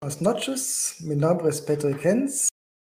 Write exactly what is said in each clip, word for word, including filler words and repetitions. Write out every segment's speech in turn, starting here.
Buenas noches, mi nombre es Patrick Hens.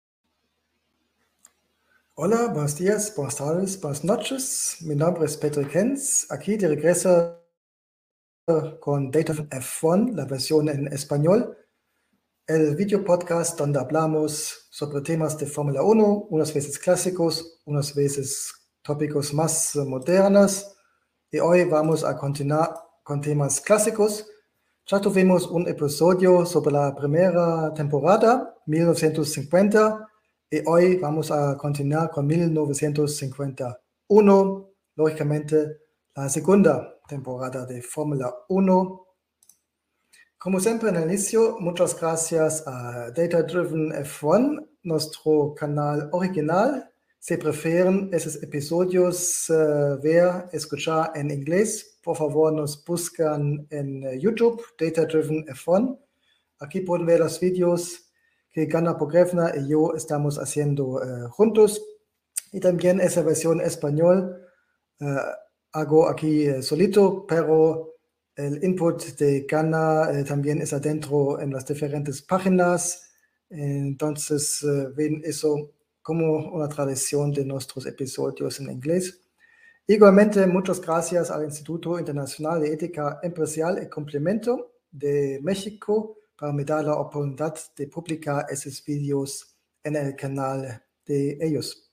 Hola, buenos días, buenas tardes, buenas noches. Mi nombre es Patrick Hens. Aquí de regreso con Data F uno, la versión en español. El video podcast donde hablamos sobre temas de Fórmula uno, unas veces clásicos, unas veces tópicos más modernos. Y hoy vamos a continuar con temas clásicos. Ya tuvimos un episodio sobre la primera temporada, mil novecientos cincuenta, y hoy vamos a continuar con mil novecientos cincuenta y uno, lógicamente la segunda temporada de Fórmula uno. Como siempre en el inicio, muchas gracias a Data Driven F uno, nuestro canal original. Si prefieren esos episodios uh, ver, escuchar en inglés, por favor nos buscan en uh, YouTube, Data Driven F uno. Aquí pueden ver los vídeos que Gana Pogrevna y yo estamos haciendo uh, juntos. Y también esa versión español uh, hago aquí uh, solito, pero el input de Gana eh, también es adentro en las diferentes páginas. Entonces eh, ven eso como una tradición de nuestros episodios en inglés. Igualmente, muchas gracias al Instituto Internacional de Ética Empresarial y Complemento de México para me dar la oportunidad de publicar esos vídeos en el canal de ellos.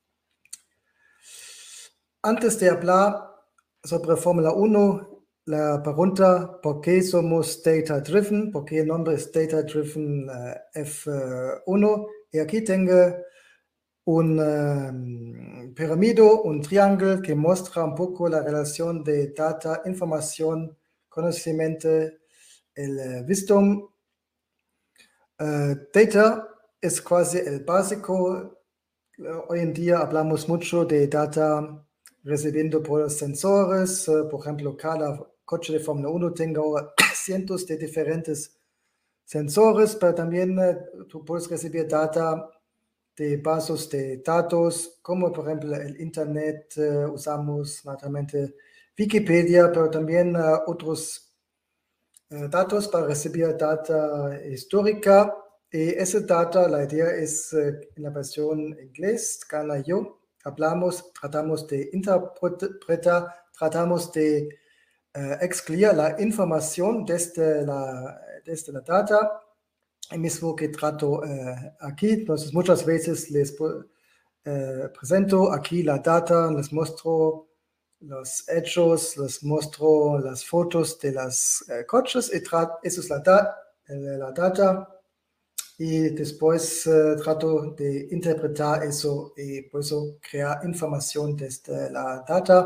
Antes de hablar sobre Fórmula uno, la pregunta, ¿por qué somos Data Driven? ¿Por qué el nombre es Data Driven uh, F uno? Y aquí tengo un um, piramido, un triángulo que muestra un poco la relación de data, información, conocimiento, el uh, wisdom. Uh, data es casi el básico. Hoy en día hablamos mucho de data recibiendo por sensores. Uh, por ejemplo, cada coche de Fórmula uno tenga cientos de diferentes sensores, pero también uh, tú puedes recibir data de bases de datos, como por ejemplo el Internet. Uh, usamos naturalmente Wikipedia, pero también uh, otros uh, datos para recibir data histórica. Y esa data, la idea es uh, en la versión inglés, Gana y yo, hablamos, tratamos de interpretar, tratamos de uh, excluir la información desde la, desde la data, el mismo que trato uh, aquí. Entonces muchas veces les uh, presento aquí la data, les muestro los hechos, les muestro las fotos de los uh, coches, y eso es la, da la data. Y después uh, trato de interpretar eso y por eso crear información desde la data.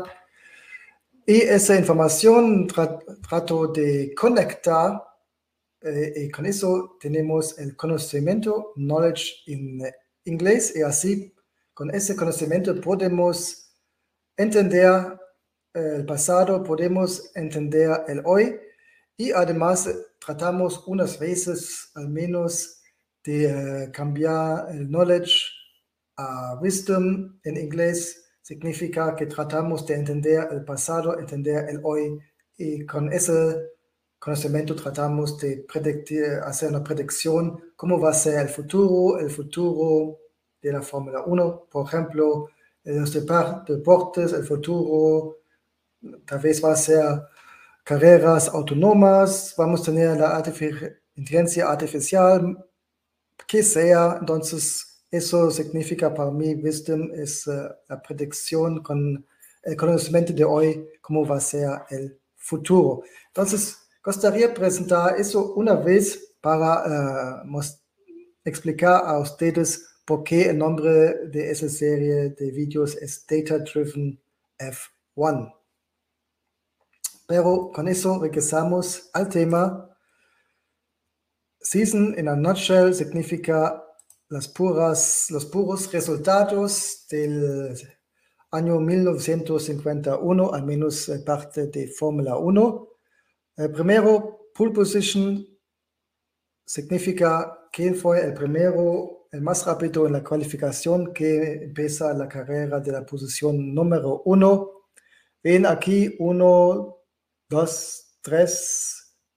Y esa información tra trato de conectar eh, y con eso tenemos el conocimiento, knowledge en inglés, y así con ese conocimiento podemos entender el pasado, podemos entender el hoy, y además tratamos unas veces al menos de uh, cambiar el knowledge a wisdom en inglés. Significa que tratamos de entender el pasado, entender el hoy, y con ese conocimiento tratamos de predecir, hacer una predicción cómo va a ser el futuro, el futuro de la Fórmula uno, por ejemplo, en los deportes, el futuro tal vez va a ser carreras autónomas, vamos a tener la artific- inteligencia artificial, que sea. Entonces eso significa para mí, wisdom es uh, la predicción con el conocimiento de hoy, cómo va a ser el futuro. Entonces, gustaría presentar eso una vez para uh, explicar a ustedes por qué el nombre de esa serie de vídeos es Data Driven F uno. Pero con eso regresamos al tema. Season in a nutshell significa las puras, los puros resultados del año mil novecientos cincuenta y uno, al menos parte de Fórmula uno. El primero, pole position, significa quién fue el primero, el más rápido en la cualificación, que empieza la carrera de la posición número uno. Ven aquí uno, dos, tres,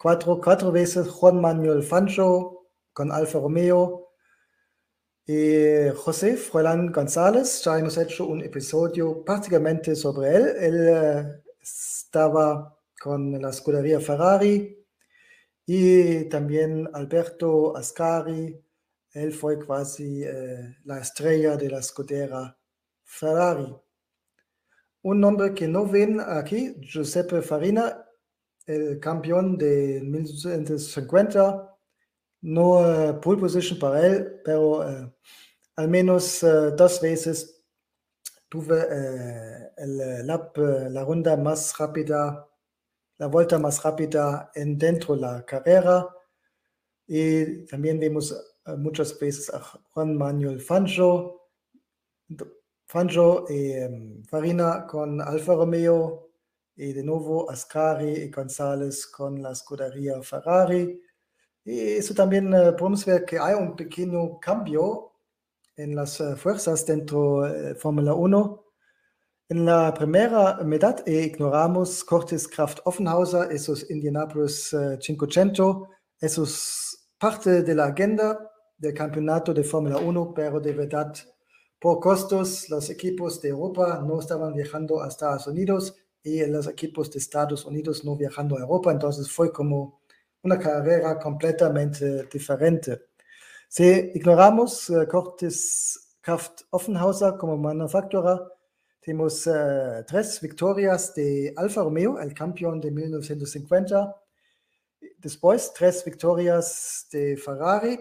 cuatro, cuatro veces Juan Manuel Fangio con Alfa Romeo. Y José Froilán González, ya hemos hecho un episodio prácticamente sobre él. Él eh, estaba con la escudería Ferrari. Y también Alberto Ascari, él fue casi eh, la estrella de la escudería Ferrari. Un nombre que no ven aquí, Giuseppe Farina, el campeón de mil novecientos cincuenta, no uh, pole position para él, pero uh, al menos uh, dos veces tuve uh, el lap, uh, la ronda más rápida, la vuelta más rápida en dentro de la carrera. Y también vemos uh, muchas veces a Juan Manuel Fangio, Fangio y um, Farina con Alfa Romeo, y de nuevo Ascari y González con la escudería Ferrari. Y eso también uh, podemos ver que hay un pequeño cambio en las uh, fuerzas dentro de uh, Fórmula uno. En la primera mitad eh, ignoramos Cortes Kraft Offenhauser, esos Indianapolis uh, quinientos, esos parte de la agenda del campeonato de Fórmula uno, pero de verdad, por costos, los equipos de Europa no estaban viajando a Estados Unidos y los equipos de Estados Unidos no viajando a Europa, entonces fue como una carrera completamente diferente. Si ignoramos uh, Cortes Kraft Offenhauser como manufacturera, tenemos uh, tres victorias de Alfa Romeo, el campeón de mil novecientos cincuenta. Después, tres victorias de Ferrari.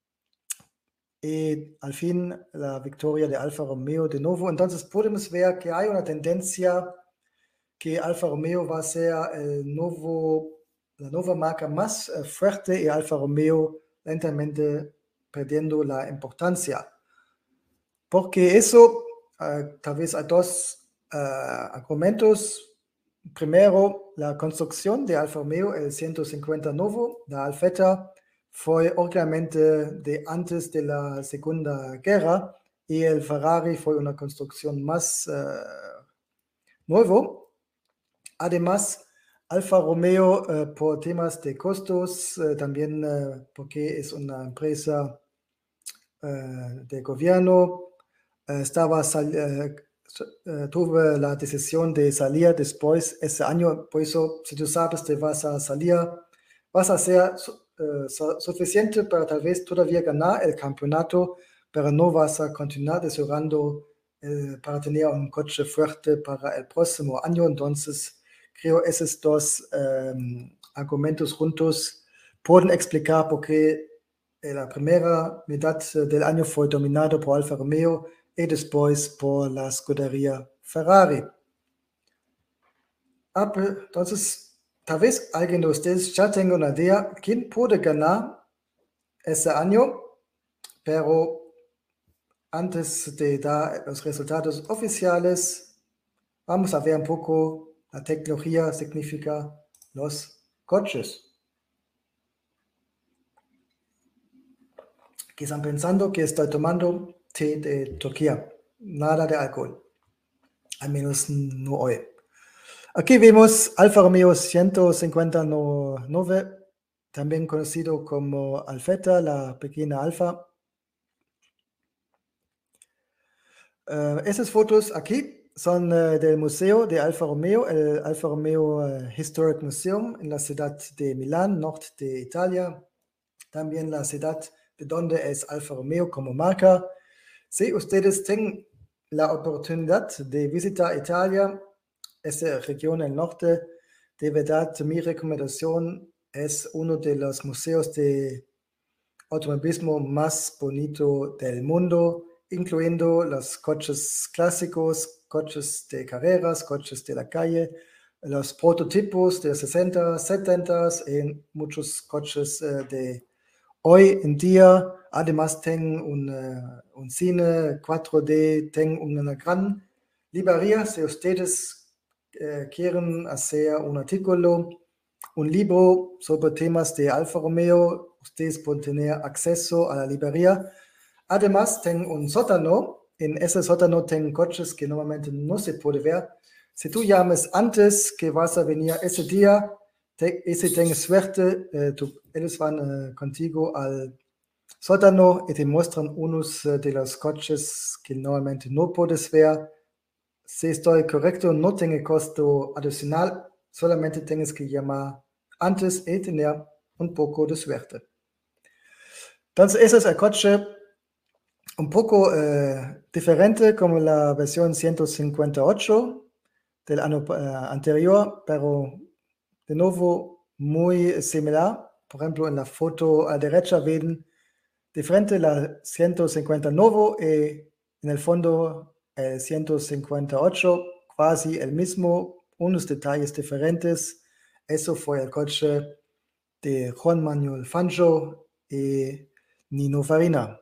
Y al fin, la victoria de Alfa Romeo de nuevo. Entonces, podemos ver que hay una tendencia que Alfa Romeo va a ser el nuevo, la nueva marca más uh, fuerte y Alfa Romeo lentamente perdiendo la importancia. Porque eso, uh, tal vez hay dos Uh, argumentos. Primero, la construcción de Alfa Romeo, el ciento cincuenta nuevo, la Alfetta, fue obviamente de antes de la Segunda Guerra y el Ferrari fue una construcción más uh, nuevo. Además, Alfa Romeo, uh, por temas de costos, uh, también uh, porque es una empresa uh, de gobierno, uh, estaba saliendo. Uh, tuve la decisión de salir después ese año, por eso si tú sabes que vas a salir, vas a ser uh, su suficiente para tal vez todavía ganar el campeonato, pero no vas a continuar desarrollando uh, para tener un coche fuerte para el próximo año. Entonces creo esos dos um, argumentos juntos pueden explicar por qué la primera mitad del año fue dominado por Alfa Romeo y después por la escudería Ferrari. Entonces, tal vez alguien de ustedes ya tenga una idea quién puede ganar ese año, pero antes de dar los resultados oficiales, vamos a ver un poco la tecnología significa los coches. Que están pensando que estoy tomando té de Turquía, nada de alcohol, al menos no hoy. Aquí vemos Alfa Romeo ciento cincuenta nueve, también conocido como Alfetta, la pequeña Alfa. Uh, esas fotos aquí son uh, del museo de Alfa Romeo, el Alfa Romeo uh, Historic Museum en la ciudad de Milán, norte de Italia. También la ciudad de donde es Alfa Romeo como marca. Si ustedes tienen la oportunidad de visitar Italia, esa región del norte, de verdad mi recomendación es uno de los museos de automovilismo más bonito del mundo, incluyendo los coches clásicos, coches de carreras, coches de la calle, los prototipos de los sesenta, setenta y muchos coches uh, de hoy en día. Además, tengo un, uh, un cine cuatro D, tengo una gran librería. Si ustedes uh, quieren hacer un artículo, un libro sobre temas de Alfa Romeo, ustedes pueden tener acceso a la librería. Además, tengo un sótano. En ese sótano tengo coches que normalmente no se puede ver. Si tú llamas antes que vas a venir ese día, te, y si tienes suerte, eh, tu, ellos van eh, contigo al sótano y te muestran unos eh, de los coches que normalmente no puedes ver. Si estoy correcto, no tiene costo adicional, solamente tienes que llamar antes y tener un poco de suerte. Entonces, ese es el coche un poco eh, diferente como la versión ciento cincuenta y ocho del año eh, anterior, pero de nuevo muy similar. Por ejemplo, en la foto a la derecha ven de frente la ciento cincuenta y nueve y en el fondo el ciento cincuenta y ocho, casi el mismo, unos detalles diferentes. Eso fue el coche de Juan Manuel Fangio y Nino Farina.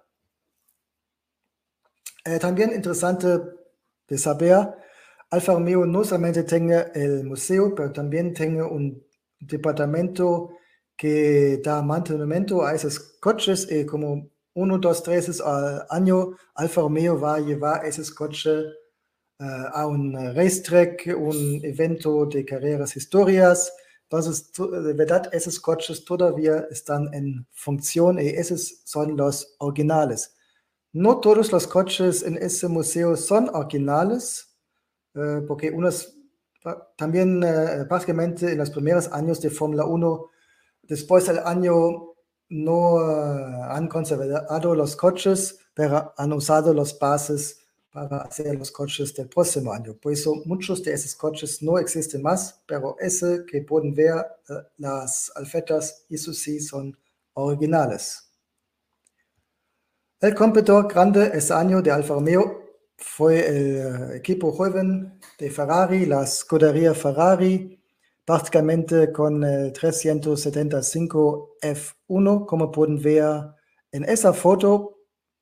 Eh, también interesante de saber, Alfa Romeo no solamente tiene el museo, pero también tiene un departamento que da mantenimiento a esos coches y como uno, dos, tres veces al año Alfa Romeo va a llevar esos coches uh, a un racetrack, un evento de carreras historias. Entonces, de verdad, esos coches todavía están en función y esos son los originales. No todos los coches en ese museo son originales, eh, porque unos también eh, prácticamente en los primeros años de Fórmula uno, después del año no uh, han conservado los coches, pero han usado los bases para hacer los coches del próximo año. Por eso muchos de esos coches no existen más, pero ese que pueden ver, uh, las alfetas, eso sí son originales. El competidor grande ese año de Alfa Romeo fue el equipo joven de Ferrari, la escudería Ferrari, prácticamente con el trescientos setenta y cinco F uno, como pueden ver en esa foto.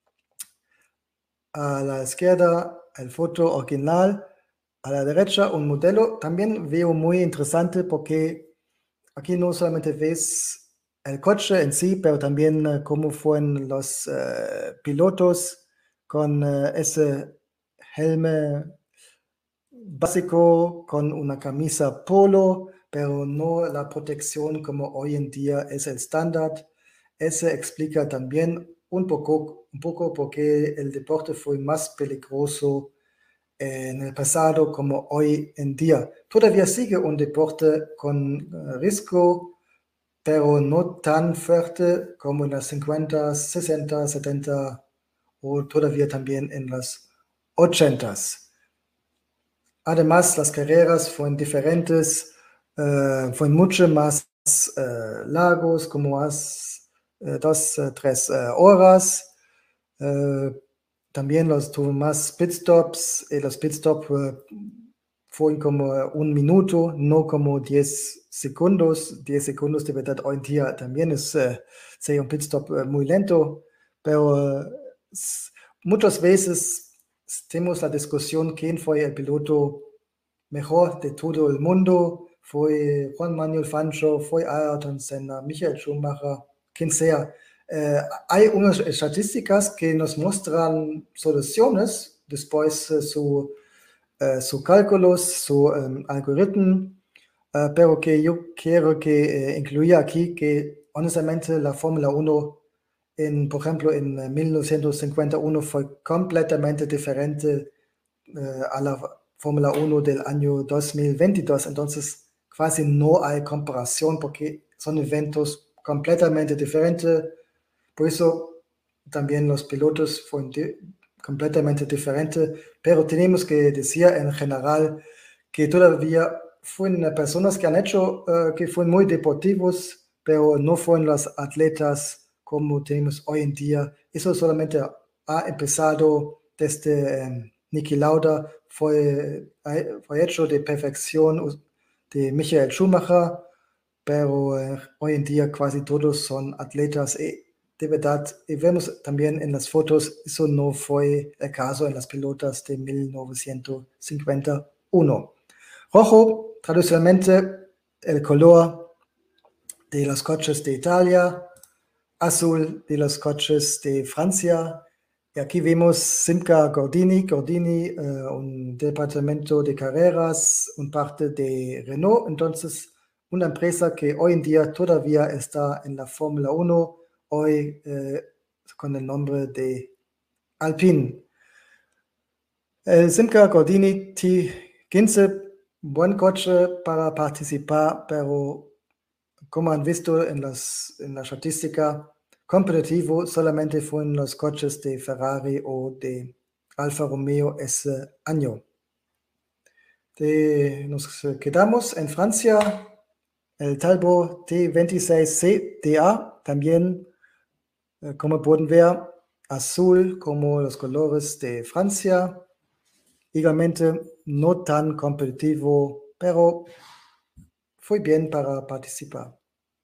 A la izquierda el foto original, a la derecha un modelo. También veo muy interesante porque aquí no solamente ves el coche en sí, pero también uh, cómo fueron los uh, pilotos con uh, ese helme básico, con una camisa polo, pero no la protección como hoy en día es el estándar. Ese explica también un poco, un poco por qué el deporte fue más peligroso en el pasado como hoy en día. Todavía sigue un deporte con uh, riesgo, pero no tan fuerte como en los cincuenta, sesenta, setenta o todavía también en los ochenta. Además, las carreras fueron diferentes, uh, fueron mucho más uh, largos, como más uh, dos, uh, tres uh, horas. Uh, también los tuvo más pit stops y los pit stops uh, fueron como un minuto, no como diez segundos. diez segundos de verdad hoy en día también es uh, sería un pit stop uh, muy lento, pero uh, muchas veces tenemos la discusión quién fue el piloto mejor de todo el mundo. Fue Juan Manuel Fangio, fue Ayrton Senna, Michael Schumacher, quien sea. Eh, hay unas estadísticas que nos muestran soluciones después eh, su, eh, su cálculos, su um, algoritmo, eh, pero que yo quiero que eh, incluya aquí que honestamente la Fórmula uno en, por ejemplo, en mil novecientos cincuenta y uno fue completamente diferente eh, a la Fórmula uno del año dos mil veintidós, entonces casi no hay comparación porque son eventos completamente diferentes, por eso también los pilotos fueron di completamente diferentes, pero tenemos que decir en general que todavía fueron personas que han hecho, uh, que fueron muy deportivos, pero no fueron los atletas como tenemos hoy en día. Eso solamente ha empezado desde um, Niki Lauda, fue, fue hecho de perfección de Michael Schumacher, pero uh, hoy en día casi todos son atletas y de verdad, y vemos también en las fotos, eso no fue el caso en las pilotas de mil novecientos cincuenta y uno. Rojo, tradicionalmente el color de los coches de Italia, azul de los coches de Francia. Y aquí vemos Simca Gordini, Gordini, uh, un departamento de carreras, un parte de Renault. Entonces, una empresa que hoy en día todavía está en la Fórmula uno, hoy eh, con el nombre de Alpine. El Simca Gordini T quince, buen coche para participar, pero como han visto en, las, en la estadística, competitivo solamente fueron los coches de Ferrari o de Alfa Romeo ese año. De, nos quedamos en Francia, el Talbot T veintiséis C D A, también, eh, como pueden ver, azul como los colores de Francia, igualmente no tan competitivo, pero fue bien para participar.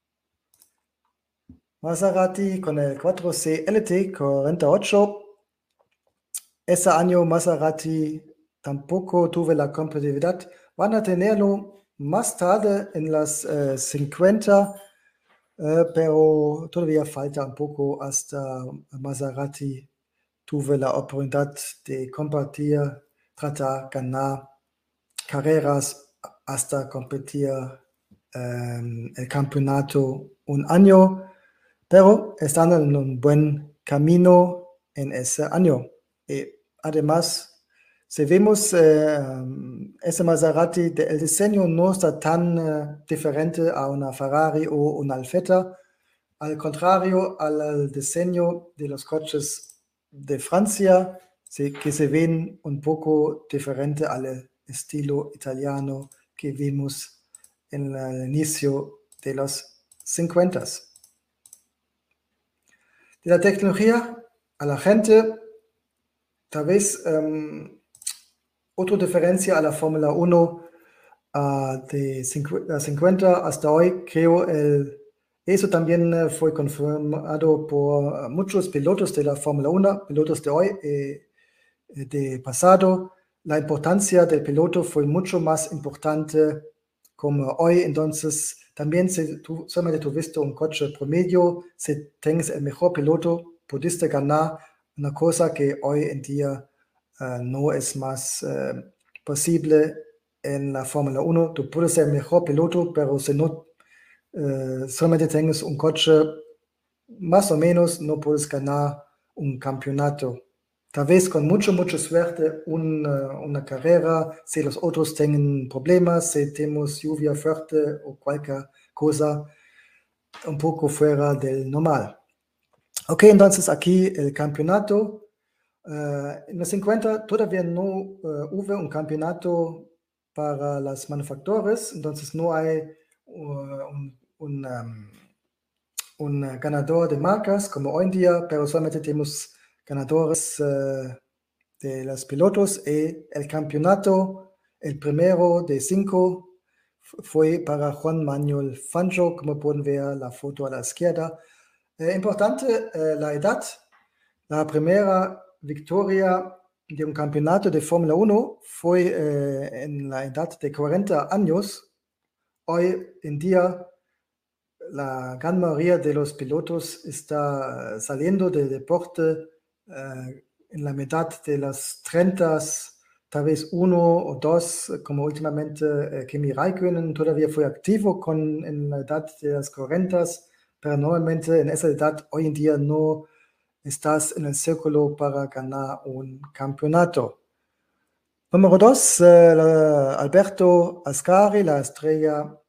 Maserati con el cuatro C L T cuarenta y ocho. Ese año Maserati tampoco tuve la competitividad. Van a tenerlo más tarde en las eh, cincuenta, eh, pero todavía falta un poco hasta Maserati tuve la oportunidad de compartir, tratar, ganar carreras hasta competir eh, el campeonato un año, pero están en un buen camino en ese año. Y además, si vemos eh, ese Maserati, de, el diseño no está tan eh, diferente a una Ferrari o una Alfetta, al contrario al, al diseño de los coches de Francia, sí, que se ven un poco diferente al estilo italiano que vimos en el inicio de los cincuenta. De la tecnología a la gente, tal vez um, otra diferencia a la Fórmula uno uh, de cincuenta, cincuenta hasta hoy, creo, el, eso también uh, fue confirmado por uh, muchos pilotos de la Fórmula uno, pilotos de hoy eh, de pasado. La importancia del piloto fue mucho más importante como hoy, entonces también si tú solamente tuviste un coche promedio, si tienes el mejor piloto, pudiste ganar una cosa que hoy en día uh, no es más uh, posible en la Fórmula uno. Tú puedes ser el mejor piloto, pero si no uh, solamente tienes un coche, más o menos no puedes ganar un campeonato. Tal vez con mucho, mucha suerte una, una carrera, si los otros tienen problemas, si tenemos lluvia fuerte o cualquier cosa un poco fuera del normal. Ok, entonces aquí el campeonato. Uh, en los cincuenta todavía no uh, hubo un campeonato para las manufacturas, entonces no hay uh, un, un, um, un ganador de marcas como hoy en día, pero solamente tenemos ganadores uh, de los pilotos y el campeonato, el primero de cinco, fue para Juan Manuel Fangio, como pueden ver la foto a la izquierda. Eh, importante eh, la edad, la primera victoria de un campeonato de Fórmula uno fue eh, en la edad de cuarenta años. Hoy en día la gran mayoría de los pilotos está saliendo del deporte eh, en la mitad de las treinta, tal vez uno o dos, como últimamente eh, Kimi Räikkönen todavía fue activo con, en la edad de las cuarenta, pero normalmente en esa edad hoy en día no estás en el círculo para ganar un campeonato. Número dos, eh, Alberto Ascari, la estrella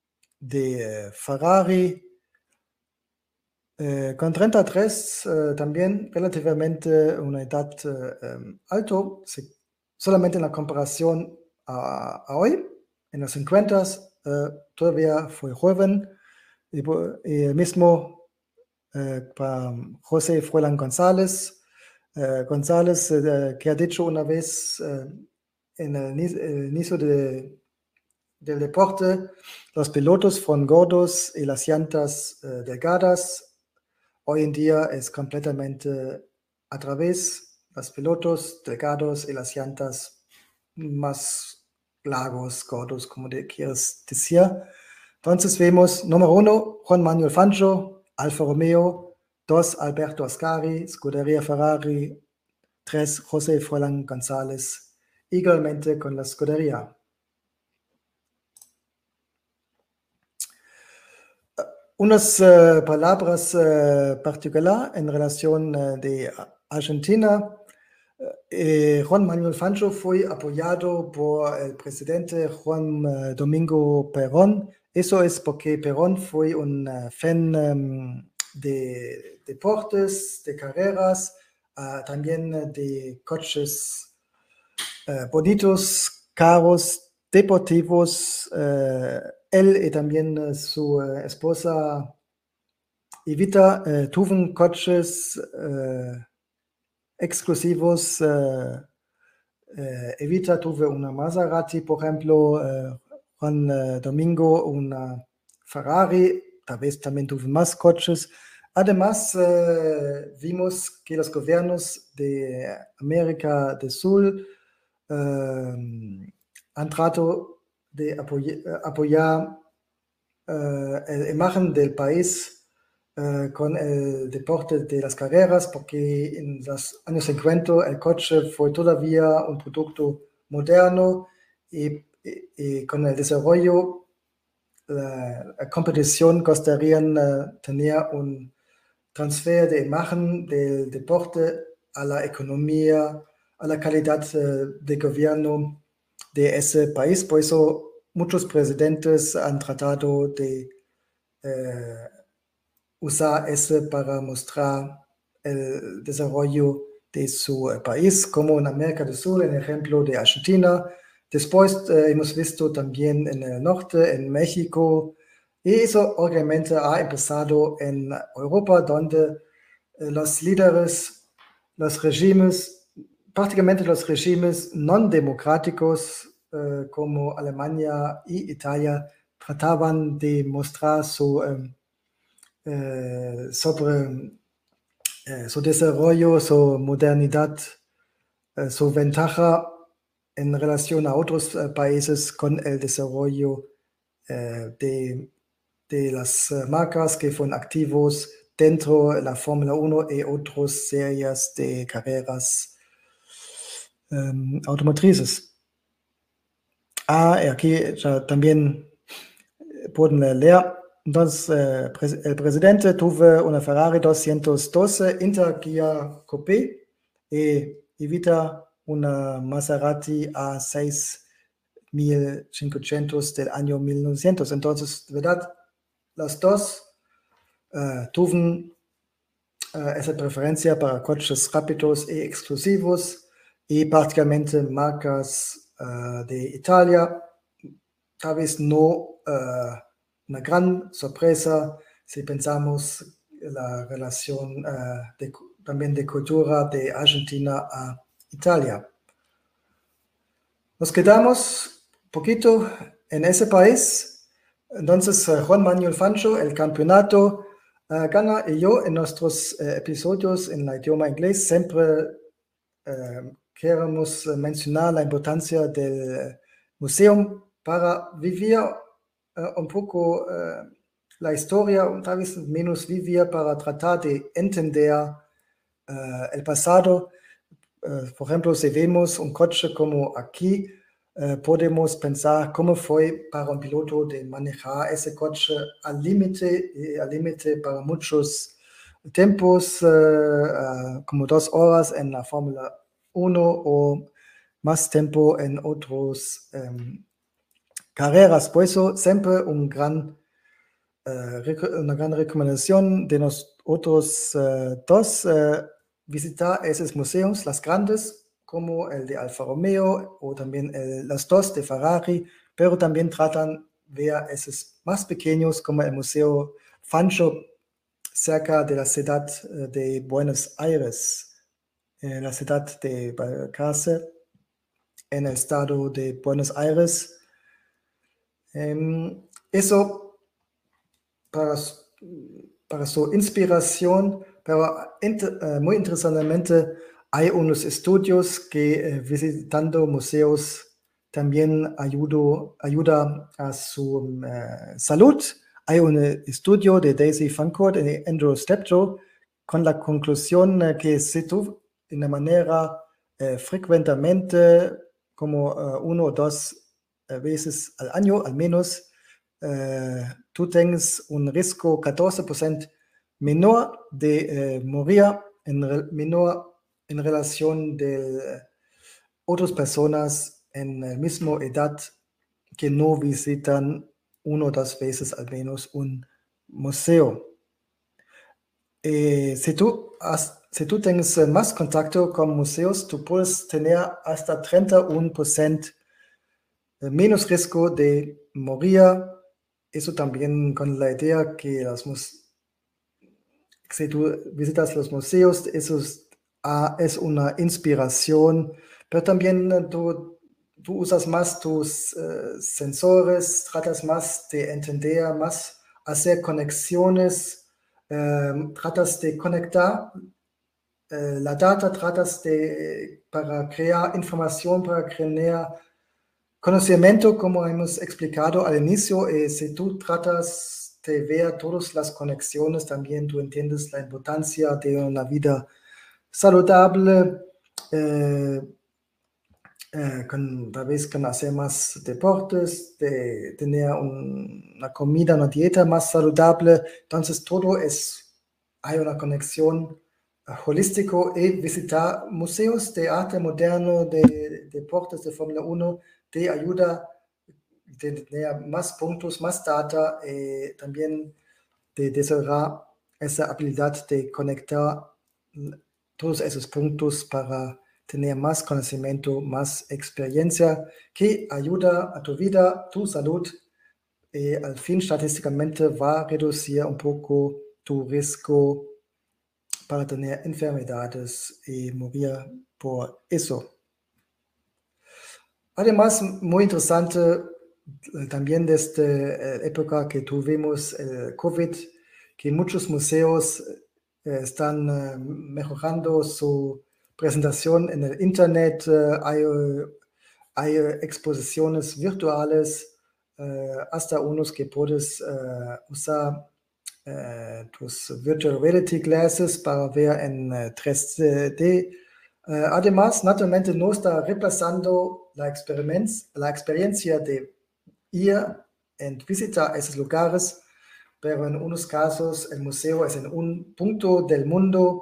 de eh, Ferrari. Eh, con treinta y tres eh, también relativamente una edad eh, um, alto, si, solamente en la comparación a, a hoy, en los cincuenta eh, todavía fue joven, y, y el mismo eh, para José Froilán González, eh, González eh, que ha dicho una vez eh, en el, el inicio de, del deporte, los pilotos fueron gordos y las llantas eh, delgadas. Hoy en día es completamente al revés, los pilotos delgados y las llantas más largos, gordos, como te quieres decir. Entonces vemos, número uno, Juan Manuel Fangio, Alfa Romeo, dos, Alberto Ascari, Scuderia Ferrari, tres, José Froilán González, igualmente con la Scuderia. unas uh, palabras uh, particulares en relación uh, de Argentina. Eh, Juan Manuel Fangio fue apoyado por el presidente Juan uh, Domingo Perón. Eso es porque Perón fue un uh, fan um, de deportes, de carreras, uh, también de coches uh, bonitos, caros, deportivos. Uh, él y también uh, su uh, esposa Evita uh, tuvieron coches uh, exclusivos. Uh, uh, Evita tuvo una Maserati, por ejemplo, uh, Juan uh, Domingo una Ferrari, tal vez también tuvo más coches. Además, uh, vimos que los gobiernos de América del Sur uh, han tratado de apoy apoyar uh, la imagen del país Uh, con el deporte de las carreras, porque en los años cincuenta el coche fue todavía un producto moderno y, y, y con el desarrollo la, la competición costaría uh, tener un transfer de imagen del deporte a la economía, a la calidad uh, de gobierno de ese país. Por eso muchos presidentes han tratado de uh, usar ese para mostrar el desarrollo de su país, como en América del Sur, en ejemplo de Argentina. Después eh, hemos visto también en el norte, en México, y eso obviamente ha empezado en Europa, donde eh, los líderes, los regímenes, prácticamente los regímenes no democráticos eh, como Alemania y Italia, trataban de mostrar su eh, eh, sobre eh, su desarrollo, su modernidad, eh, su ventaja en relación a otros eh, países con el desarrollo eh, de, de las eh, marcas que fueron activos dentro de la Fórmula uno y otras series de carreras eh, automotrices. Ah, y aquí ya también pueden leer. Entonces, eh, pres el presidente tuvo una Ferrari doscientos doce Inter-Ghia Coupé y Evita una Maserati A seis mil quinientos del año mil novecientos. Entonces, de verdad, las dos uh, tuvieron uh, esa preferencia para coches rápidos y exclusivos y prácticamente marcas uh, de Italia. Tal vez no uh, una gran sorpresa si pensamos la relación uh, de, también de cultura de Argentina a Italia. Nos quedamos un poquito en ese país. Entonces, uh, Juan Manuel Fangio, el campeonato, uh, gana, y yo en nuestros uh, episodios en el idioma inglés siempre uh, queremos mencionar la importancia del museo para vivir Uh, un poco uh, la historia, tal vez menos vivir para tratar de entender uh, el pasado. Uh, por ejemplo, si vemos un coche como aquí, uh, podemos pensar cómo fue para un piloto de manejar ese coche al límite, y al límite para muchos tiempos, uh, uh, como dos horas en la Fórmula uno o más tiempo en otros um, carreras. Por eso siempre un gran, uh, una gran recomendación de nosotros uh, dos, uh, visitar esos museos, las grandes, como el de Alfa Romeo o también el, los dos de Ferrari, pero también tratan de ver esos más pequeños, como el Museo Fangio, cerca de la ciudad de Buenos Aires, en la ciudad de Balcarce, en el estado de Buenos Aires. Um, eso para, para su inspiración, pero inter, uh, muy interesantemente hay unos estudios que uh, visitando museos también ayudo, ayuda a su uh, salud. Hay un estudio de Daisy Fancourt y Andrew Steptoe con la conclusión uh, que se tuvo de una manera uh, frecuentemente como uh, uno o dos veces al año al menos eh, tú tienes un riesgo catorce por ciento menor de eh, morir en, re, menor en relación de otras personas en la misma edad que no visitan una o dos veces al menos un museo. Eh, si, tú has, si tú tienes más contacto con museos, tú puedes tener hasta treinta y uno por ciento menos riesgo de morir. Eso también con la idea que los si tú visitas los museos, eso es, ah, es una inspiración, pero también eh, tú, tú usas más tus uh, sensores, tratas más de entender, más hacer conexiones, um, tratas de conectar uh, la data, tratas de, para crear información, para crear conocimiento, como hemos explicado al inicio. Eh, si tú tratas de ver todas las conexiones, también tú entiendes la importancia de una vida saludable, eh, eh, con, tal vez con hacer más deportes, de tener un, una comida, una dieta más saludable. Entonces todo es, hay una conexión uh, holístico, y visitar museos de arte moderno, de, de deportes de Fórmula uno, te ayuda a tener más puntos, más data, eh, también de desarrollar esa habilidad de conectar todos esos puntos para tener más conocimiento, más experiencia, que ayuda a tu vida, tu salud, y al fin estadísticamente va a reducir un poco tu riesgo para tener enfermedades y morir por eso. Además, muy interesante también desde la época que tuvimos el COVID, que muchos museos eh, están eh, mejorando su presentación en el Internet. Eh, hay, hay exposiciones virtuales, eh, hasta unos que puedes eh, usar eh, tus virtual reality glasses para ver en eh, tres D. Uh, además, naturalmente no está reemplazando la, la experiencia de ir y visitar esos lugares, pero en unos casos el museo es en un punto del mundo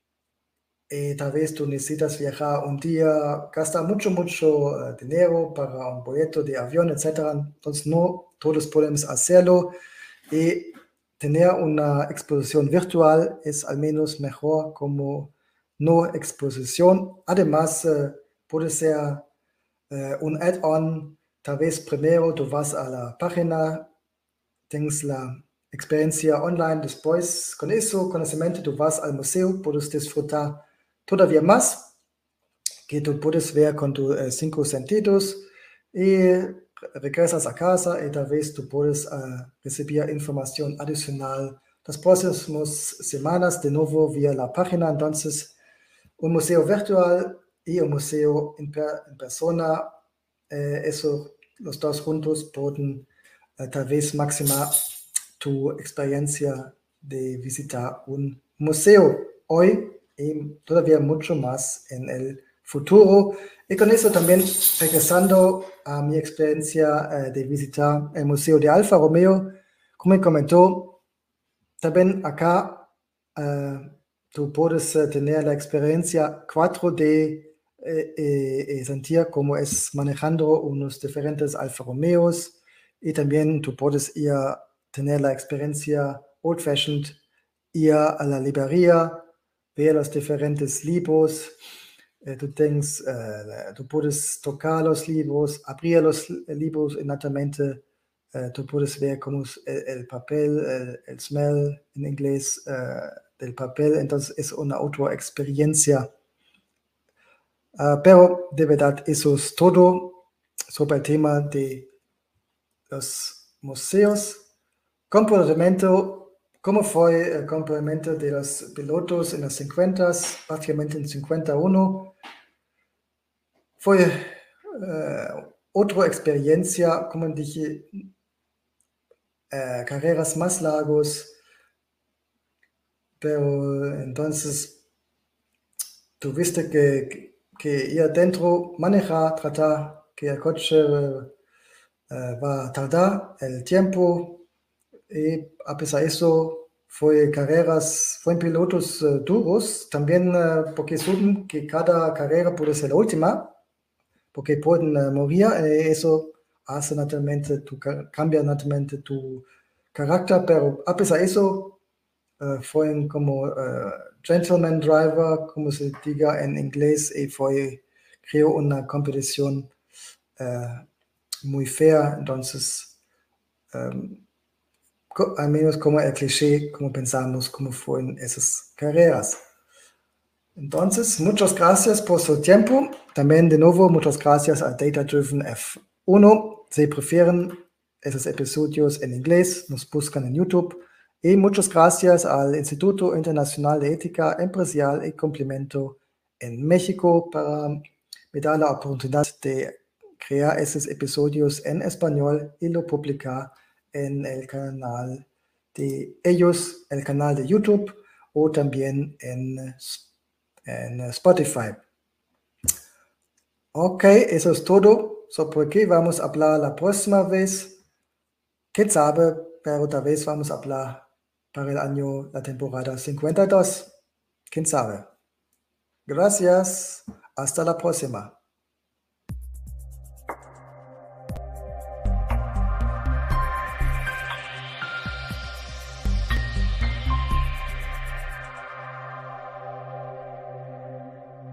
y tal vez tú necesitas viajar un día, gastar mucho, mucho uh, dinero para un boleto de avión, etcétera. Entonces no todos podemos hacerlo, y tener una exposición virtual es al menos mejor como no exposición. Además, uh, puede ser uh, un add-on. Tal vez primero tú vas a la página, tienes la experiencia online, después con eso conocimiento tú vas al museo, puedes disfrutar todavía más, que tú puedes ver con tus uh, cinco sentidos, y regresas a casa y tal vez tú puedes uh, recibir información adicional las próximas semanas de nuevo vía la página. Entonces, un museo virtual y un museo en, per, en persona, eh, eso, los dos juntos pueden uh, tal vez maximar tu experiencia de visitar un museo hoy y todavía mucho más en el futuro. Y con eso también, regresando a mi experiencia uh, de visitar el Museo de Alfa Romeo, como me comentó, también acá uh, tú puedes uh, tener la experiencia cuatro D eh, eh, y sentir cómo es manejando unos diferentes Alfa Romeos, y también tú puedes ir a tener la experiencia old-fashioned, ir a la librería, ver los diferentes libros. Eh, tú, tienes, uh, tú puedes tocar los libros, abrir los libros y naturalmente uh, tú puedes ver cómo es el, el papel, el, el smell en inglés uh, del papel. Entonces es una otra experiencia. Uh, pero de verdad eso es todo sobre el tema de los museos. Comportamiento. ¿Cómo fue el comportamiento de los pilotos en los cincuenta, prácticamente en cincuenta y uno? Fue uh, otra experiencia, como dije, uh, carreras más largos, pero entonces tuviste que, que ir adentro, manejar, tratar que el coche uh, uh, va a tardar el tiempo y a pesar de eso fue carreras, fueron pilotos uh, duros, también uh, porque suben que cada carrera puede ser la última, porque pueden uh, morir, eh, eso hace naturalmente, tu, cambia naturalmente tu carácter, pero a pesar de eso, uh, fueron como uh, gentleman driver, como se diga en inglés, y fue, creo, una competición uh, muy fea, entonces, um, al menos como el cliché, como pensamos, como fueron esas carreras. Entonces, muchas gracias por su tiempo. También de nuevo, muchas gracias a Data Driven F uno. Si prefieren esos episodios en inglés, nos buscan en YouTube. Y muchas gracias al Instituto Internacional de Ética Empresarial y Complemento en México para me dar la oportunidad de crear esos episodios en español y lo publicar en el canal de ellos, el canal de YouTube o también en en Spotify. Ok, eso es todo. Sobre qué vamos a hablar la próxima vez. ¿Quién sabe? Pero tal vez vamos a hablar para el año, la temporada cincuenta y dos. ¿Quién sabe? Gracias. Hasta la próxima.